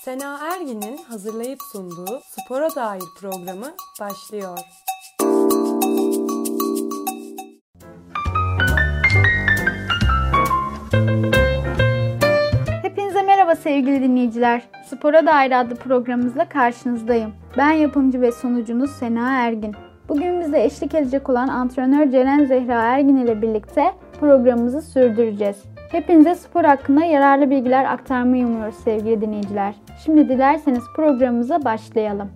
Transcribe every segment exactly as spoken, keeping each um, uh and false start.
Sena Ergin'in hazırlayıp sunduğu spora dair programı başlıyor. Hepinize merhaba sevgili dinleyiciler. Spora Dair adlı programımızla karşınızdayım. Ben yapımcı ve sunucunuz Sena Ergin. Bugün bize eşlik edecek olan antrenör Ceren Zehra Ergin ile birlikte programımızı sürdüreceğiz. Hepinize spor hakkında yararlı bilgiler aktarmayı umuyoruz sevgili dinleyiciler. Şimdi dilerseniz programımıza başlayalım.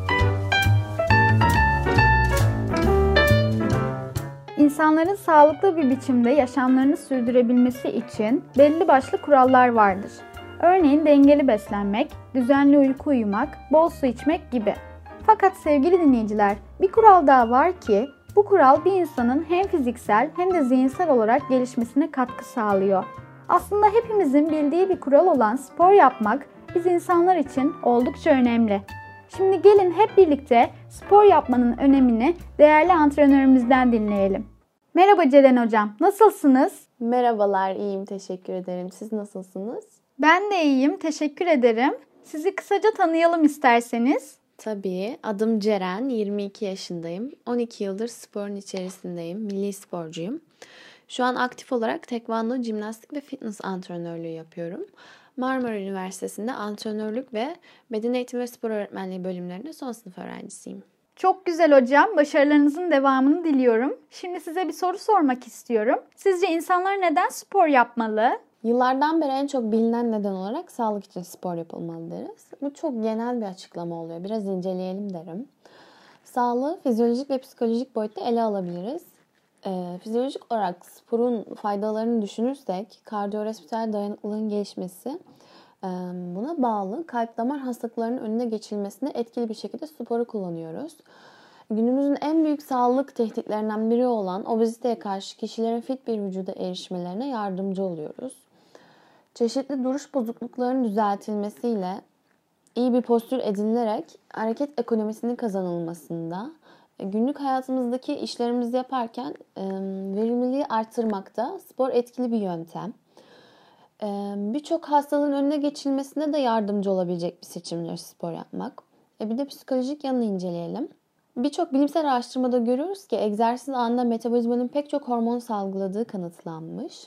İnsanların sağlıklı bir biçimde yaşamlarını sürdürebilmesi için belli başlı kurallar vardır. Örneğin dengeli beslenmek, düzenli uyku uyumak, bol su içmek gibi. Fakat sevgili dinleyiciler, bir kural daha var ki bu kural bir insanın hem fiziksel hem de zihinsel olarak gelişmesine katkı sağlıyor. Aslında hepimizin bildiği bir kural olan spor yapmak biz insanlar için oldukça önemli. Şimdi gelin hep birlikte spor yapmanın önemini değerli antrenörümüzden dinleyelim. Merhaba Ceren Hocam, nasılsınız? Merhabalar, iyiyim, teşekkür ederim. Siz nasılsınız? Ben de iyiyim, teşekkür ederim. Sizi kısaca tanıyalım isterseniz. Tabii, adım Ceren, yirmi iki yaşındayım. on iki yıldır sporun içerisindeyim, milli sporcuyum. Şu an aktif olarak tekvando, jimnastik ve fitness antrenörlüğü yapıyorum. Marmara Üniversitesi'nde antrenörlük ve beden eğitimi ve spor öğretmenliği bölümlerinde son sınıf öğrencisiyim. Çok güzel hocam. Başarılarınızın devamını diliyorum. Şimdi size bir soru sormak istiyorum. Sizce insanlar neden spor yapmalı? Yıllardan beri en çok bilinen neden olarak sağlık için spor yapılmalı deriz. Bu çok genel bir açıklama oluyor. Biraz inceleyelim derim. Sağlığı fizyolojik ve psikolojik boyutta ele alabiliriz. Ee, fizyolojik olarak sporun faydalarını düşünürsek kardiyovasküler dayanıklılığın gelişmesi, buna bağlı kalp damar hastalıklarının önüne geçilmesinde etkili bir şekilde sporu kullanıyoruz. Günümüzün en büyük sağlık tehditlerinden biri olan obeziteye karşı kişilerin fit bir vücuda erişmelerine yardımcı oluyoruz. Çeşitli duruş bozukluklarının düzeltilmesiyle iyi bir postür edinilerek hareket ekonomisinin kazanılmasında, günlük hayatımızdaki işlerimizi yaparken verimliliği artırmakta spor etkili bir yöntem. Birçok hastalığın önüne geçilmesine de yardımcı olabilecek bir seçimdir spor yapmak. Bir de psikolojik yanını inceleyelim. Birçok bilimsel araştırmada görüyoruz ki egzersiz anında metabolizmanın pek çok hormon salgıladığı kanıtlanmış.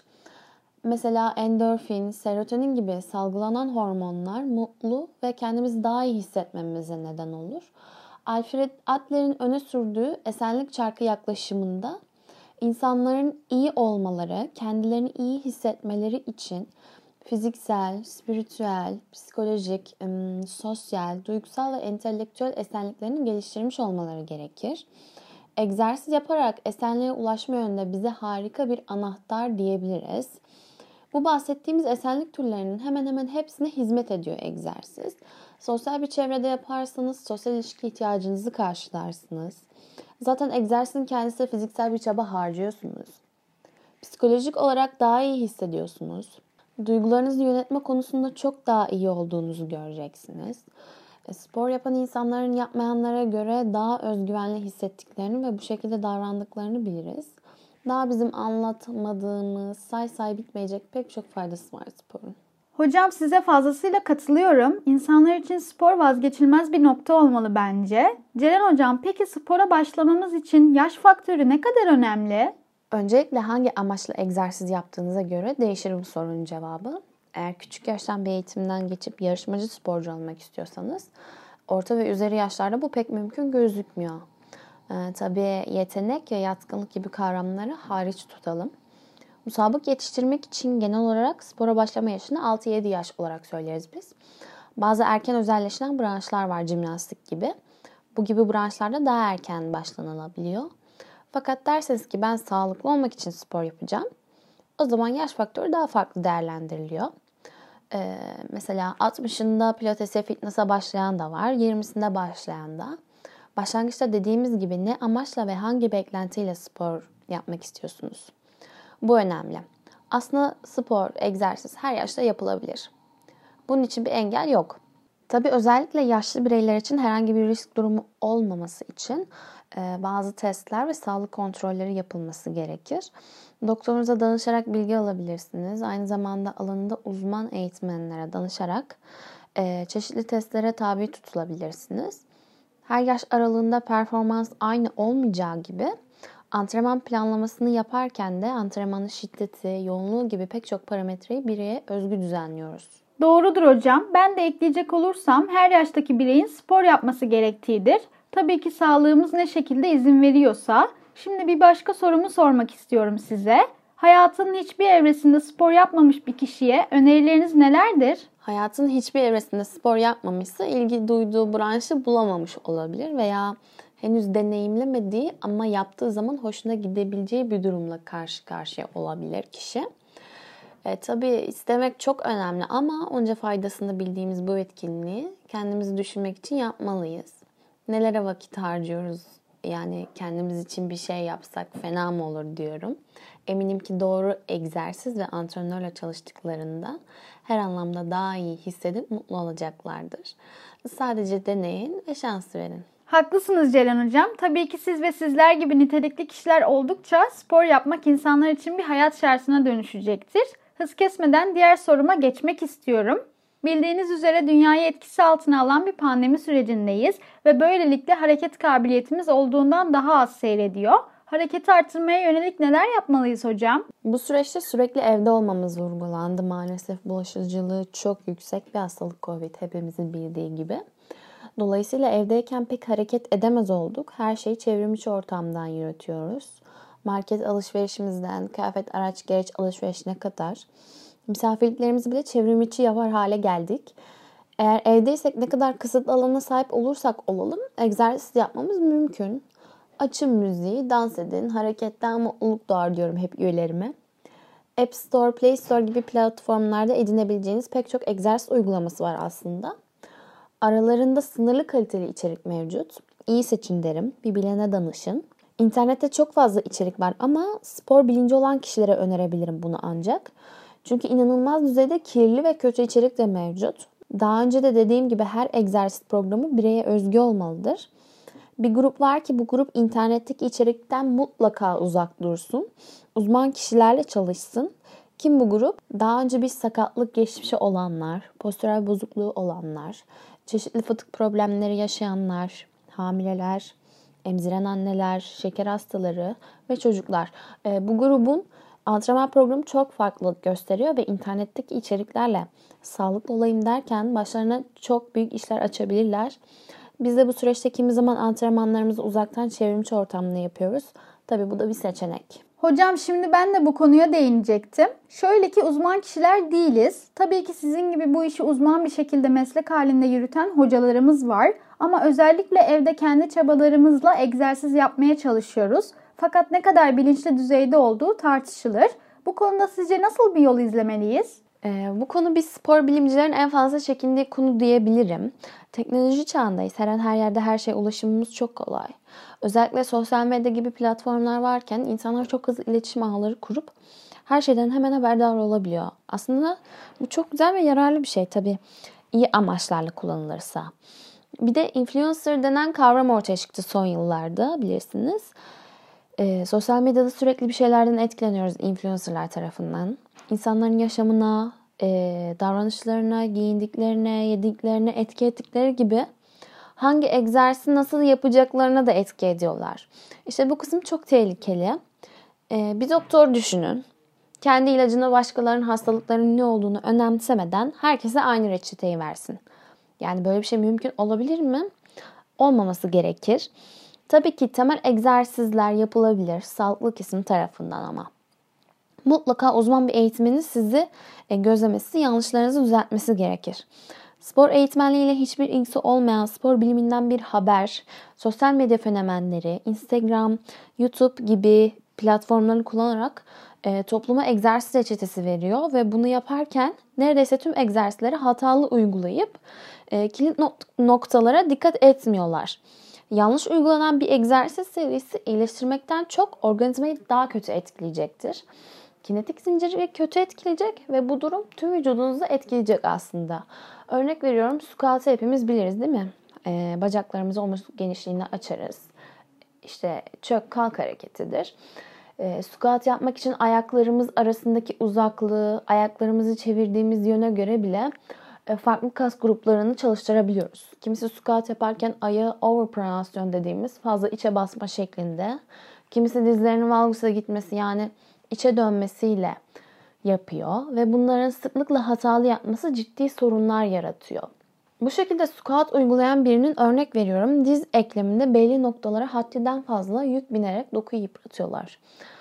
Mesela endorfin, serotonin gibi salgılanan hormonlar mutlu ve kendimizi daha iyi hissetmemize neden olur. Alfred Adler'in öne sürdüğü esenlik çarkı yaklaşımında İnsanların iyi olmaları, kendilerini iyi hissetmeleri için fiziksel, spiritüel, psikolojik, sosyal, duygusal ve entelektüel esenliklerini geliştirmiş olmaları gerekir. Egzersiz yaparak esenliğe ulaşma yönünde bize harika bir anahtar diyebiliriz. Bu bahsettiğimiz esenlik türlerinin hemen hemen hepsine hizmet ediyor egzersiz. Sosyal bir çevrede yaparsanız sosyal ilişki ihtiyacınızı karşılarsınız. Zaten egzersizin kendisi fiziksel bir çaba harcıyorsunuz. Psikolojik olarak daha iyi hissediyorsunuz. Duygularınızı yönetme konusunda çok daha iyi olduğunuzu göreceksiniz. Spor yapan insanların yapmayanlara göre daha özgüvenli hissettiklerini ve bu şekilde davrandıklarını biliriz. Daha bizim anlatmadığımız, say say bitmeyecek pek çok faydası var sporun. Hocam size fazlasıyla katılıyorum. İnsanlar için spor vazgeçilmez bir nokta olmalı bence. Ceren hocam, peki spora başlamamız için yaş faktörü ne kadar önemli? Öncelikle hangi amaçla egzersiz yaptığınıza göre değişir bu sorunun cevabı. Eğer küçük yaştan bir eğitimden geçip yarışmacı sporcu olmak istiyorsanız, orta ve üzeri yaşlarda bu pek mümkün gözükmüyor. Ee, tabii yetenek ve yatkınlık gibi kavramları hariç tutalım. Mutabık yetiştirmek için genel olarak spora başlama yaşını altı yedi yaş olarak söyleriz biz. Bazı erken özelleşen branşlar var, jimnastik gibi. Bu gibi branşlarda daha erken başlanılabiliyor. Fakat derseniz ki ben sağlıklı olmak için spor yapacağım, o zaman yaş faktörü daha farklı değerlendiriliyor. Ee, mesela altmışında pilatese, fitness'a başlayan da var, yirmisinde başlayan da. Başlangıçta dediğimiz gibi ne amaçla ve hangi beklentiyle spor yapmak istiyorsunuz? Bu önemli. Aslında spor, egzersiz her yaşta yapılabilir. Bunun için bir engel yok. Tabii özellikle yaşlı bireyler için herhangi bir risk durumu olmaması için bazı testler ve sağlık kontrolleri yapılması gerekir. Doktorunuza danışarak bilgi alabilirsiniz. Aynı zamanda alanında uzman eğitmenlere danışarak E, çeşitli testlere tabi tutulabilirsiniz. Her yaş aralığında performans aynı olmayacağı gibi antrenman planlamasını yaparken de antrenmanın şiddeti, yoğunluğu gibi pek çok parametreyi bireye özgü düzenliyoruz. Doğrudur hocam. Ben de ekleyecek olursam her yaştaki bireyin spor yapması gerektiğidir. Tabii ki sağlığımız ne şekilde izin veriyorsa. Şimdi bir başka sorumu sormak istiyorum size. Hayatının hiçbir evresinde spor yapmamış bir kişiye önerileriniz nelerdir? Hayatın hiçbir evresinde spor yapmamışsa ilgi duyduğu branşı bulamamış olabilir veya henüz deneyimlemediği ama yaptığı zaman hoşuna gidebileceği bir durumla karşı karşıya olabilir kişi. E, tabii istemek çok önemli ama onca faydasını bildiğimiz bu etkinliği kendimizi düşünmek için yapmalıyız. Nelere vakit harcıyoruz? Yani kendimiz için bir şey yapsak fena mı olur diyorum. Eminim ki doğru egzersiz ve antrenörle çalıştıklarında her anlamda daha iyi hissedip mutlu olacaklardır. Sadece deneyin ve şans verin. Haklısınız Ceylan Hocam. Tabii ki siz ve sizler gibi nitelikli kişiler oldukça spor yapmak insanlar için bir hayat şartına dönüşecektir. Hız kesmeden diğer soruma geçmek istiyorum. Bildiğiniz üzere dünyayı etkisi altına alan bir pandemi sürecindeyiz ve böylelikle hareket kabiliyetimiz olduğundan daha az seyrediyor. Hareketi artırmaya yönelik neler yapmalıyız hocam? Bu süreçte sürekli evde olmamız vurgulandı. Maalesef bulaşıcılığı çok yüksek bir hastalık Covid, hepimizin bildiği gibi. Dolayısıyla evdeyken pek hareket edemez olduk. Her şeyi çevrimiçi ortamdan yürütüyoruz. Market alışverişimizden, kıyafet, araç, gereç alışverişine kadar misafirliklerimizi bile çevrimiçi yapar hale geldik. Eğer evdeysek ne kadar kısıtlı alana sahip olursak olalım egzersiz yapmamız mümkün. Açın müziği, dans edin, hareketten mutluluk doğar diyorum hep üyelerime. App Store, Play Store gibi platformlarda edinebileceğiniz pek çok egzersiz uygulaması var aslında. Aralarında sınırlı kaliteli içerik mevcut. İyi seçin derim, bir bilene danışın. İnternette çok fazla içerik var ama spor bilinci olan kişilere önerebilirim bunu ancak. Çünkü inanılmaz düzeyde kirli ve kötü içerik de mevcut. Daha önce de dediğim gibi her egzersiz programı bireye özgü olmalıdır. Bir grup var ki bu grup internetteki içerikten mutlaka uzak dursun. Uzman kişilerle çalışsın. Kim bu grup? Daha önce bir sakatlık geçmişi olanlar, postürel bozukluğu olanlar, çeşitli fıtık problemleri yaşayanlar, hamileler, emziren anneler, şeker hastaları ve çocuklar. E, bu grubun antrenman programı çok farklılık gösteriyor ve internetteki içeriklerle sağlıklı olayım derken başlarına çok büyük işler açabilirler. Biz de bu süreçte kimi zaman antrenmanlarımızı uzaktan çevrimiçi ortamda yapıyoruz. Tabii bu da bir seçenek. Hocam şimdi ben de bu konuya değinecektim. Şöyle ki uzman kişiler değiliz. Tabii ki sizin gibi bu işi uzman bir şekilde meslek halinde yürüten hocalarımız var. Ama özellikle evde kendi çabalarımızla egzersiz yapmaya çalışıyoruz. Fakat ne kadar bilinçli düzeyde olduğu tartışılır. Bu konuda sizce nasıl bir yol izlemeliyiz? Ee, bu konu biz spor bilimcilerin en fazla çekindiği konu diyebilirim. Teknoloji çağındayız. Her an her yerde her şeye ulaşımımız çok kolay. Özellikle sosyal medya gibi platformlar varken insanlar çok hızlı iletişim ağları kurup her şeyden hemen haberdar olabiliyor. Aslında bu çok güzel ve yararlı bir şey tabii. İyi amaçlarla kullanılırsa. Bir de influencer denen kavram ortaya çıktı son yıllarda bilirsiniz. Ee, sosyal medyada sürekli bir şeylerden etkileniyoruz influencerlar tarafından. İnsanların yaşamına, e, davranışlarına, giyindiklerine, yediklerine etki ettikleri gibi hangi egzersizi nasıl yapacaklarına da etki ediyorlar. İşte bu kısım çok tehlikeli. E, bir doktor düşünün. Kendi ilacını başkalarının hastalıklarının ne olduğunu önemsemeden herkese aynı reçeteyi versin. Yani böyle bir şey mümkün olabilir mi? Olmaması gerekir. Tabii ki temel egzersizler yapılabilir sağlıklı kesim tarafından ama. Mutlaka uzman bir eğitmenin sizi gözlemesi, yanlışlarınızı düzeltmesi gerekir. Spor eğitmenliğiyle hiçbir ilgisi olmayan spor biliminden bir haber, sosyal medya fenomenleri, Instagram, YouTube gibi platformlarını kullanarak e, topluma egzersiz reçetesi veriyor ve bunu yaparken neredeyse tüm egzersizleri hatalı uygulayıp e, kilit noktalara dikkat etmiyorlar. Yanlış uygulanan bir egzersiz serisi iyileştirmekten çok organizmayı daha kötü etkileyecektir. Kinetik zinciri kötü etkileyecek ve bu durum tüm vücudunuzu etkileyecek aslında. Örnek veriyorum, squat'ı hepimiz biliriz değil mi? Ee, bacaklarımızı omuz genişliğine açarız. İşte çök kalk hareketidir. Ee, squat yapmak için ayaklarımız arasındaki uzaklığı, ayaklarımızı çevirdiğimiz yöne göre bile farklı kas gruplarını çalıştırabiliyoruz. Kimisi squat yaparken ayağı overpronasyon dediğimiz fazla içe basma şeklinde. Kimisi dizlerinin valgusa gitmesi yani içe dönmesiyle yapıyor ve bunların sıklıkla hatalı yapması ciddi sorunlar yaratıyor. Bu şekilde squat uygulayan birinin örnek veriyorum diz ekleminde belli noktalara haddinden fazla yük binerek dokuyu yıpratıyorlar.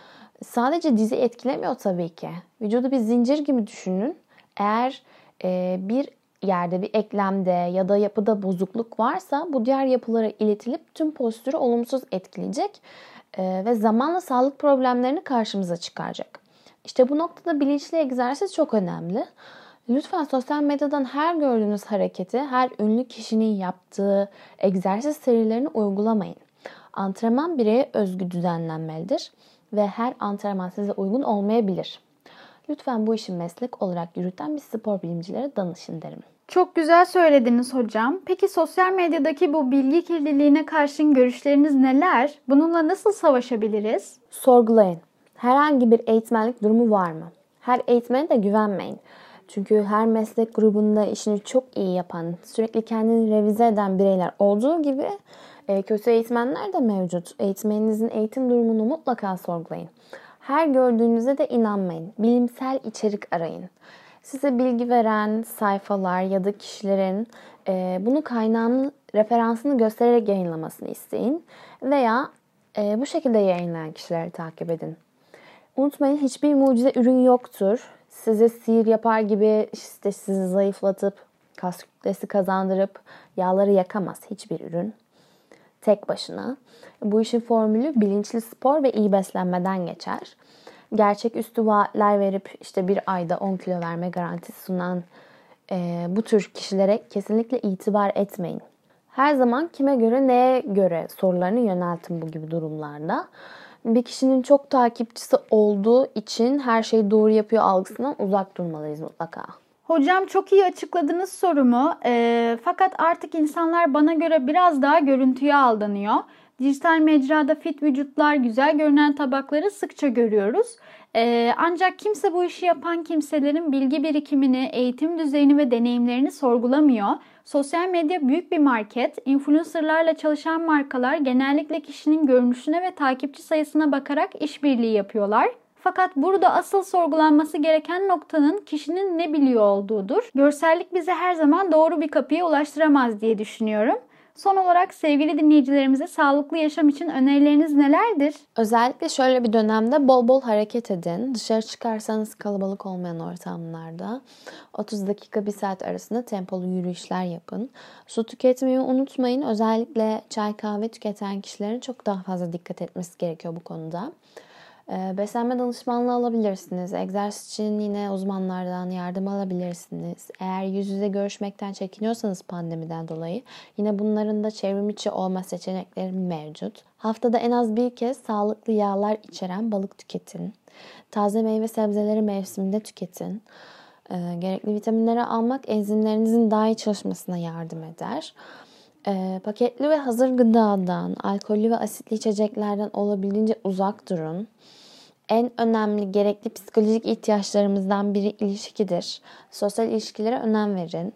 Sadece dizi etkilemiyor tabii ki. Vücudu bir zincir gibi düşünün. Eğer e, bir yerde bir eklemde ya da yapıda bozukluk varsa bu diğer yapılara iletilip tüm postürü olumsuz etkileyecek e, ve zamanla sağlık problemlerini karşımıza çıkaracak. İşte bu noktada bilinçli egzersiz çok önemli. Lütfen sosyal medyadan her gördüğünüz hareketi, her ünlü kişinin yaptığı egzersiz serilerini uygulamayın. Antrenman bireye özgü düzenlenmelidir ve her antrenman size uygun olmayabilir. Lütfen bu işi meslek olarak yürüten bir spor bilimcilere danışın derim. Çok güzel söylediniz hocam. Peki sosyal medyadaki bu bilgi kirliliğine karşın görüşleriniz neler? Bununla nasıl savaşabiliriz? Sorgulayın. Herhangi bir eğitmenlik durumu var mı? Her eğitmene de güvenmeyin. Çünkü her meslek grubunda işini çok iyi yapan, sürekli kendini revize eden bireyler olduğu gibi kötü eğitmenler de mevcut. Eğitmeninizin eğitim durumunu mutlaka sorgulayın. Her gördüğünüze de inanmayın. Bilimsel içerik arayın. Size bilgi veren sayfalar ya da kişilerin e, bunu kaynağını, referansını göstererek yayınlamasını isteyin. Veya e, bu şekilde yayınlayan kişileri takip edin. Unutmayın, hiçbir mucize ürün yoktur. Size sihir yapar gibi işte sizi zayıflatıp, kas kütlesi kazandırıp yağları yakamaz hiçbir ürün. Tek başına. Bu işin formülü bilinçli spor ve iyi beslenmeden geçer. Gerçeküstü vaatler verip işte bir ayda on kilo verme garantisi sunan e, bu tür kişilere kesinlikle itibar etmeyin. Her zaman kime göre neye göre sorularını yöneltin bu gibi durumlarda. Bir kişinin çok takipçisi olduğu için her şeyi doğru yapıyor algısından uzak durmalıyız mutlaka. Hocam çok iyi açıkladınız sorumu. E, fakat artık insanlar bana göre biraz daha görüntüye aldanıyor. Dijital mecrada fit vücutlar, güzel görünen tabakları sıkça görüyoruz. Ee, ancak kimse bu işi yapan kimselerin bilgi birikimini, eğitim düzeyini ve deneyimlerini sorgulamıyor. Sosyal medya büyük bir market. Influencerlarla çalışan markalar genellikle kişinin görünüşüne ve takipçi sayısına bakarak işbirliği yapıyorlar. Fakat burada asıl sorgulanması gereken noktanın kişinin ne biliyor olduğudur. Görsellik bizi her zaman doğru bir kapıya ulaştıramaz diye düşünüyorum. Son olarak sevgili dinleyicilerimize sağlıklı yaşam için önerileriniz nelerdir? Özellikle şöyle bir dönemde bol bol hareket edin. Dışarı çıkarsanız kalabalık olmayan ortamlarda otuz dakika bir saat arasında tempolu yürüyüşler yapın. Su tüketmeyi unutmayın. Özellikle çay kahve tüketen kişilerin çok daha fazla dikkat etmesi gerekiyor bu konuda. Beslenme danışmanlığı alabilirsiniz. Egzersiz için yine uzmanlardan yardım alabilirsiniz. Eğer yüz yüze görüşmekten çekiniyorsanız pandemiden dolayı yine bunların da çevrim içi olma seçenekleri mevcut. Haftada en az bir kez sağlıklı yağlar içeren balık tüketin. Taze meyve sebzeleri mevsiminde tüketin. Gerekli vitaminleri almak enzimlerinizin daha iyi çalışmasına yardım eder. E, paketli ve hazır gıdadan, alkollü ve asitli içeceklerden olabildiğince uzak durun. En önemli gerekli psikolojik ihtiyaçlarımızdan biri ilişkidir. Sosyal ilişkilere önem verin.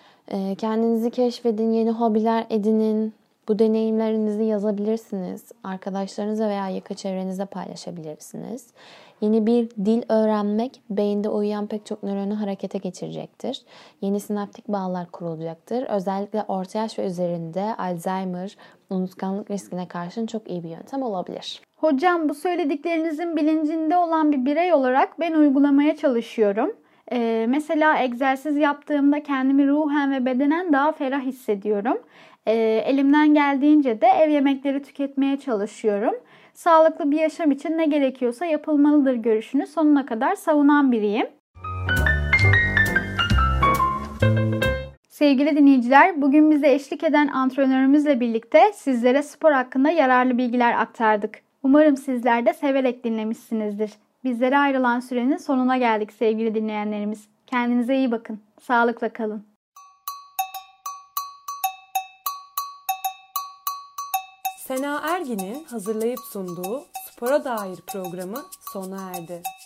E, kendinizi keşfedin, yeni hobiler edinin. Bu deneyimlerinizi yazabilirsiniz. Arkadaşlarınızla veya yakın çevrenizle paylaşabilirsiniz. Yeni bir dil öğrenmek beyinde uyuyan pek çok nöronu harekete geçirecektir. Yeni sinaptik bağlar kurulacaktır. Özellikle orta yaş ve üzerinde Alzheimer, unutkanlık riskine karşın çok iyi bir yöntem olabilir. Hocam bu söylediklerinizin bilincinde olan bir birey olarak ben uygulamaya çalışıyorum. Ee, mesela egzersiz yaptığımda kendimi ruhen ve bedenen daha ferah hissediyorum. Ee, elimden geldiğince de ev yemekleri tüketmeye çalışıyorum. Sağlıklı bir yaşam için ne gerekiyorsa yapılmalıdır görüşünü sonuna kadar savunan biriyim. Sevgili dinleyiciler, bugün bize eşlik eden antrenörümüzle birlikte sizlere spor hakkında yararlı bilgiler aktardık. Umarım sizler de severek dinlemişsinizdir. Bizlere ayrılan sürenin sonuna geldik sevgili dinleyenlerimiz. Kendinize iyi bakın. Sağlıkla kalın. Sena Ergin'in hazırlayıp sunduğu Spora Dair programı sona erdi.